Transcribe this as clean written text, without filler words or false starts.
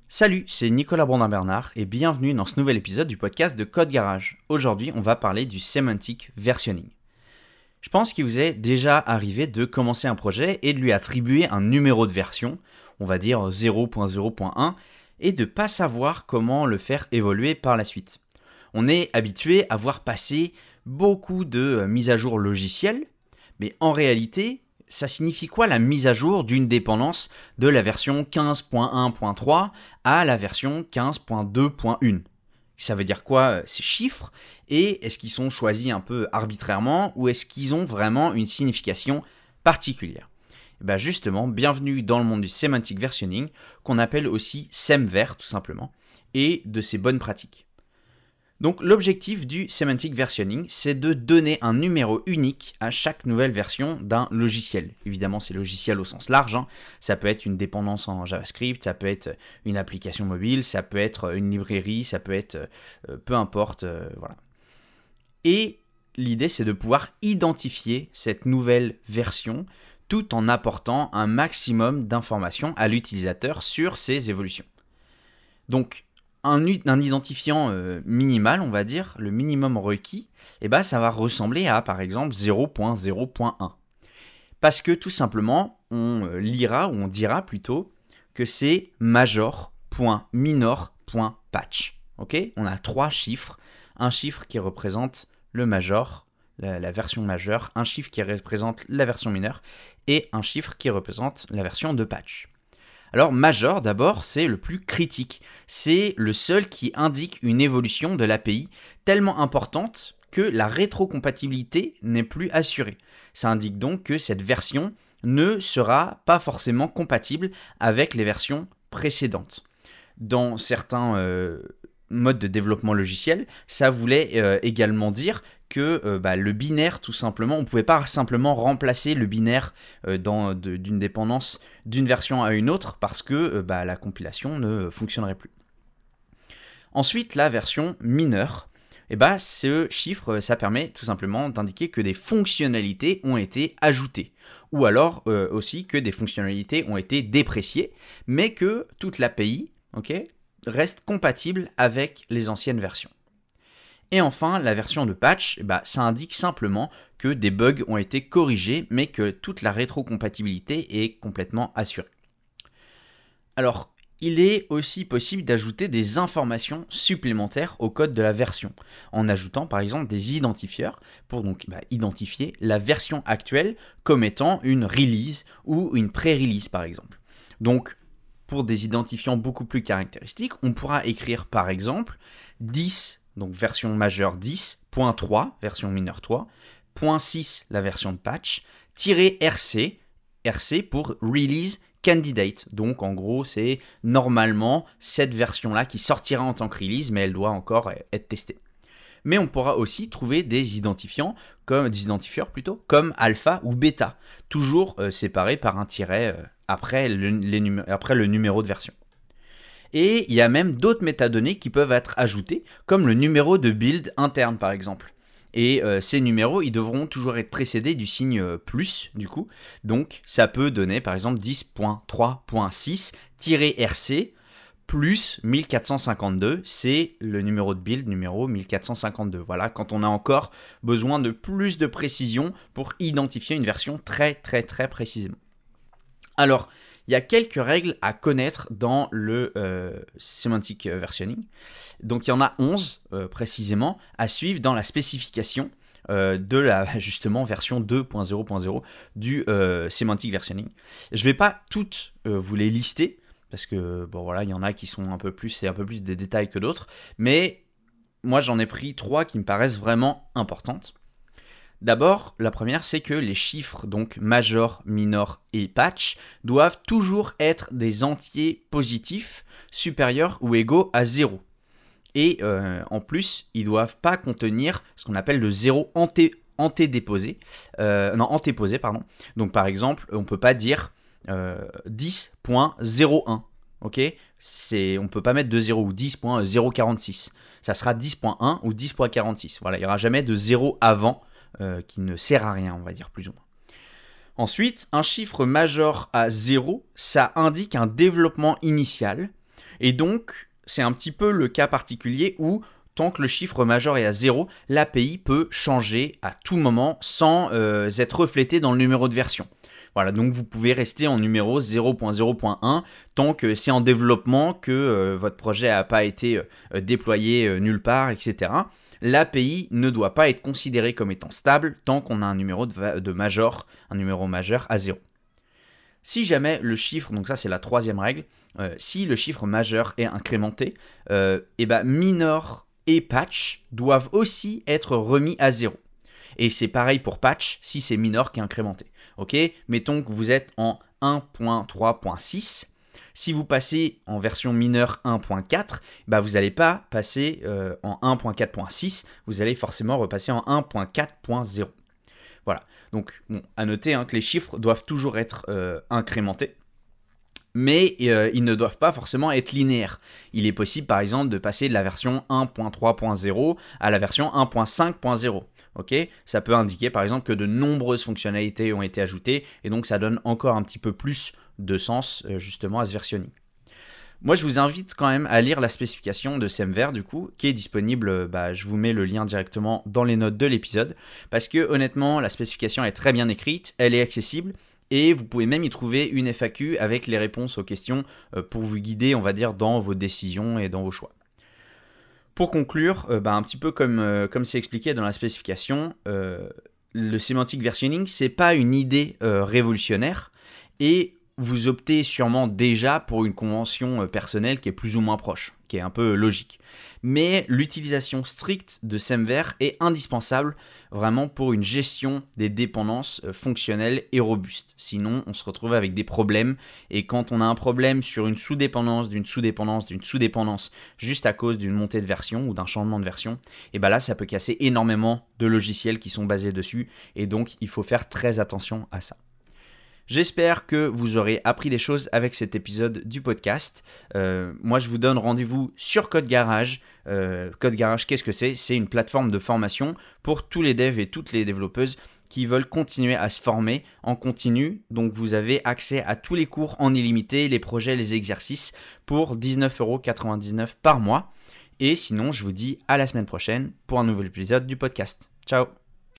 Salut, c'est Nicolas Brandin-Bernard et bienvenue dans ce nouvel épisode du podcast de Code Garage. Aujourd'hui, on va parler du semantic versioning. Je pense qu'il vous est déjà arrivé de commencer un projet et de lui attribuer un numéro de version, on va dire 0.0.1, et de ne pas savoir comment le faire évoluer par la suite. On est habitué à voir passer beaucoup de mises à jour logicielles, mais en réalité, ça signifie quoi la mise à jour d'une dépendance de la version 15.1.3 à la version 15.2.1 ? Ça veut dire quoi ces chiffres ? Et est-ce qu'ils sont choisis un peu arbitrairement ou est-ce qu'ils ont vraiment une signification particulière ? Et bien justement, bienvenue dans le monde du semantic versioning, qu'on appelle aussi SEMVer tout simplement, et de ses bonnes pratiques. Donc l'objectif du semantic versioning, c'est de donner un numéro unique à chaque nouvelle version d'un logiciel. Évidemment, c'est logiciel au sens large, Ça peut être une dépendance en JavaScript, ça peut être une application mobile, ça peut être une librairie, ça peut être peu importe, voilà. Et l'idée, c'est de pouvoir identifier cette nouvelle version tout en apportant un maximum d'informations à l'utilisateur sur ses évolutions. Donc, un identifiant minimal, on va dire, le minimum requis, ça va ressembler à, par exemple, 0.0.1. Parce que, tout simplement, on lira, ou on dira plutôt, que c'est major.minor.patch. Okay ? On a 3 chiffres. Un chiffre qui représente le major, la version majeure, un chiffre qui représente la version mineure, et un chiffre qui représente la version de patch. Alors major d'abord, c'est le plus critique. C'est le seul qui indique une évolution de l'API tellement importante que la rétrocompatibilité n'est plus assurée. Ça indique donc que cette version ne sera pas forcément compatible avec les versions précédentes. Dans certains modes de développement logiciel, ça voulait également dire que le binaire, tout simplement, on ne pouvait pas simplement remplacer le binaire d'une dépendance d'une version à une autre parce que la compilation ne fonctionnerait plus. Ensuite, la version mineure, ce chiffre, ça permet tout simplement d'indiquer que des fonctionnalités ont été ajoutées, ou alors aussi que des fonctionnalités ont été dépréciées, mais que toute l'API, reste compatible avec les anciennes versions. Et enfin, la version de patch, ça indique simplement que des bugs ont été corrigés, mais que toute la rétrocompatibilité est complètement assurée. Alors, il est aussi possible d'ajouter des informations supplémentaires au code de la version, en ajoutant par exemple des identifieurs pour donc identifier la version actuelle comme étant une release ou une pré-release par exemple. Donc, pour des identifiants beaucoup plus caractéristiques, on pourra écrire par exemple 10, donc version majeure 10.3, version mineure 3, .6, la version de patch, -RC, RC pour release candidate. Donc en gros, c'est normalement cette version-là qui sortira en tant que release, mais elle doit encore être testée. Mais on pourra aussi trouver des identifiants, comme alpha ou bêta, toujours séparés par un tiret après le numéro de version. Et il y a même d'autres métadonnées qui peuvent être ajoutées, comme le numéro de build interne par exemple. Et ces numéros, ils devront toujours être précédés du signe plus, du coup. Donc, ça peut donner, par exemple, 10.3.6-RC plus 1452, c'est le numéro de build, numéro 1452. Voilà, quand on a encore besoin de plus de précision pour identifier une version très, très, très précisément. Alors, il y a quelques règles à connaître dans le semantic versioning. Donc il y en a 11 précisément à suivre dans la spécification de la justement version 2.0.0 du semantic versioning. Je ne vais pas toutes vous les lister parce que il y en a qui sont un peu plus des détails que d'autres, mais moi j'en ai pris 3 qui me paraissent vraiment importantes. D'abord, la première, c'est que les chiffres, donc major, minor et patch, doivent toujours être des entiers positifs supérieurs ou égaux à 0. Et en plus, ils ne doivent pas contenir ce qu'on appelle le 0 antéposé. Donc par exemple, on ne peut pas dire 10.01. Okay, on ne peut pas mettre de 0 ou 10.046. Ça sera 10.1 ou 10.46. Voilà, il n'y aura jamais de 0 avant. Qui ne sert à rien, on va dire plus ou moins. Ensuite, un chiffre majeur à 0, ça indique un développement initial. Et donc, c'est un petit peu le cas particulier où, tant que le chiffre majeur est à 0, l'API peut changer à tout moment sans être reflété dans le numéro de version. Voilà, donc vous pouvez rester en numéro 0.0.1 tant que c'est en développement, que votre projet n'a pas été déployé nulle part, etc. L'API ne doit pas être considérée comme étant stable tant qu'on a un numéro de major, un numéro majeur à 0. Si jamais le chiffre, donc ça c'est la troisième règle, si le chiffre majeur est incrémenté, minor et patch doivent aussi être remis à 0. Et c'est pareil pour patch si c'est minor qui est incrémenté. Ok, mettons que vous êtes en 1.3.6. Si vous passez en version mineure 1.4, vous n'allez pas passer en 1.4.6, vous allez forcément repasser en 1.4.0. Voilà, donc à noter que les chiffres doivent toujours être incrémentés, mais ils ne doivent pas forcément être linéaires. Il est possible par exemple de passer de la version 1.3.0 à la version 1.5.0. Okay, ça peut indiquer par exemple que de nombreuses fonctionnalités ont été ajoutées et donc ça donne encore un petit peu plus de sens justement à ce versionning. Moi je vous invite quand même à lire la spécification de Semver du coup, qui est disponible, je vous mets le lien directement dans les notes de l'épisode, parce que honnêtement la spécification est très bien écrite, elle est accessible, et vous pouvez même y trouver une FAQ avec les réponses aux questions pour vous guider, on va dire, dans vos décisions et dans vos choix. Pour conclure, un petit peu comme c'est expliqué dans la spécification, le semantic versioning, c'est pas une idée révolutionnaire, et vous optez sûrement déjà pour une convention personnelle qui est plus ou moins proche, qui est un peu logique. Mais l'utilisation stricte de Semver est indispensable vraiment pour une gestion des dépendances fonctionnelles et robustes. Sinon, on se retrouve avec des problèmes. Et quand on a un problème sur une sous-dépendance, d'une sous-dépendance, d'une sous-dépendance, juste à cause d'une montée de version ou d'un changement de version, et là, ça peut casser énormément de logiciels qui sont basés dessus. Et donc, il faut faire très attention à ça. J'espère que vous aurez appris des choses avec cet épisode du podcast. Moi, je vous donne rendez-vous sur Code Garage. Code Garage, qu'est-ce que c'est ? C'est une plateforme de formation pour tous les devs et toutes les développeuses qui veulent continuer à se former en continu. Donc, vous avez accès à tous les cours en illimité, les projets, les exercices pour 19,99€ par mois. Et sinon, je vous dis à la semaine prochaine pour un nouvel épisode du podcast. Ciao !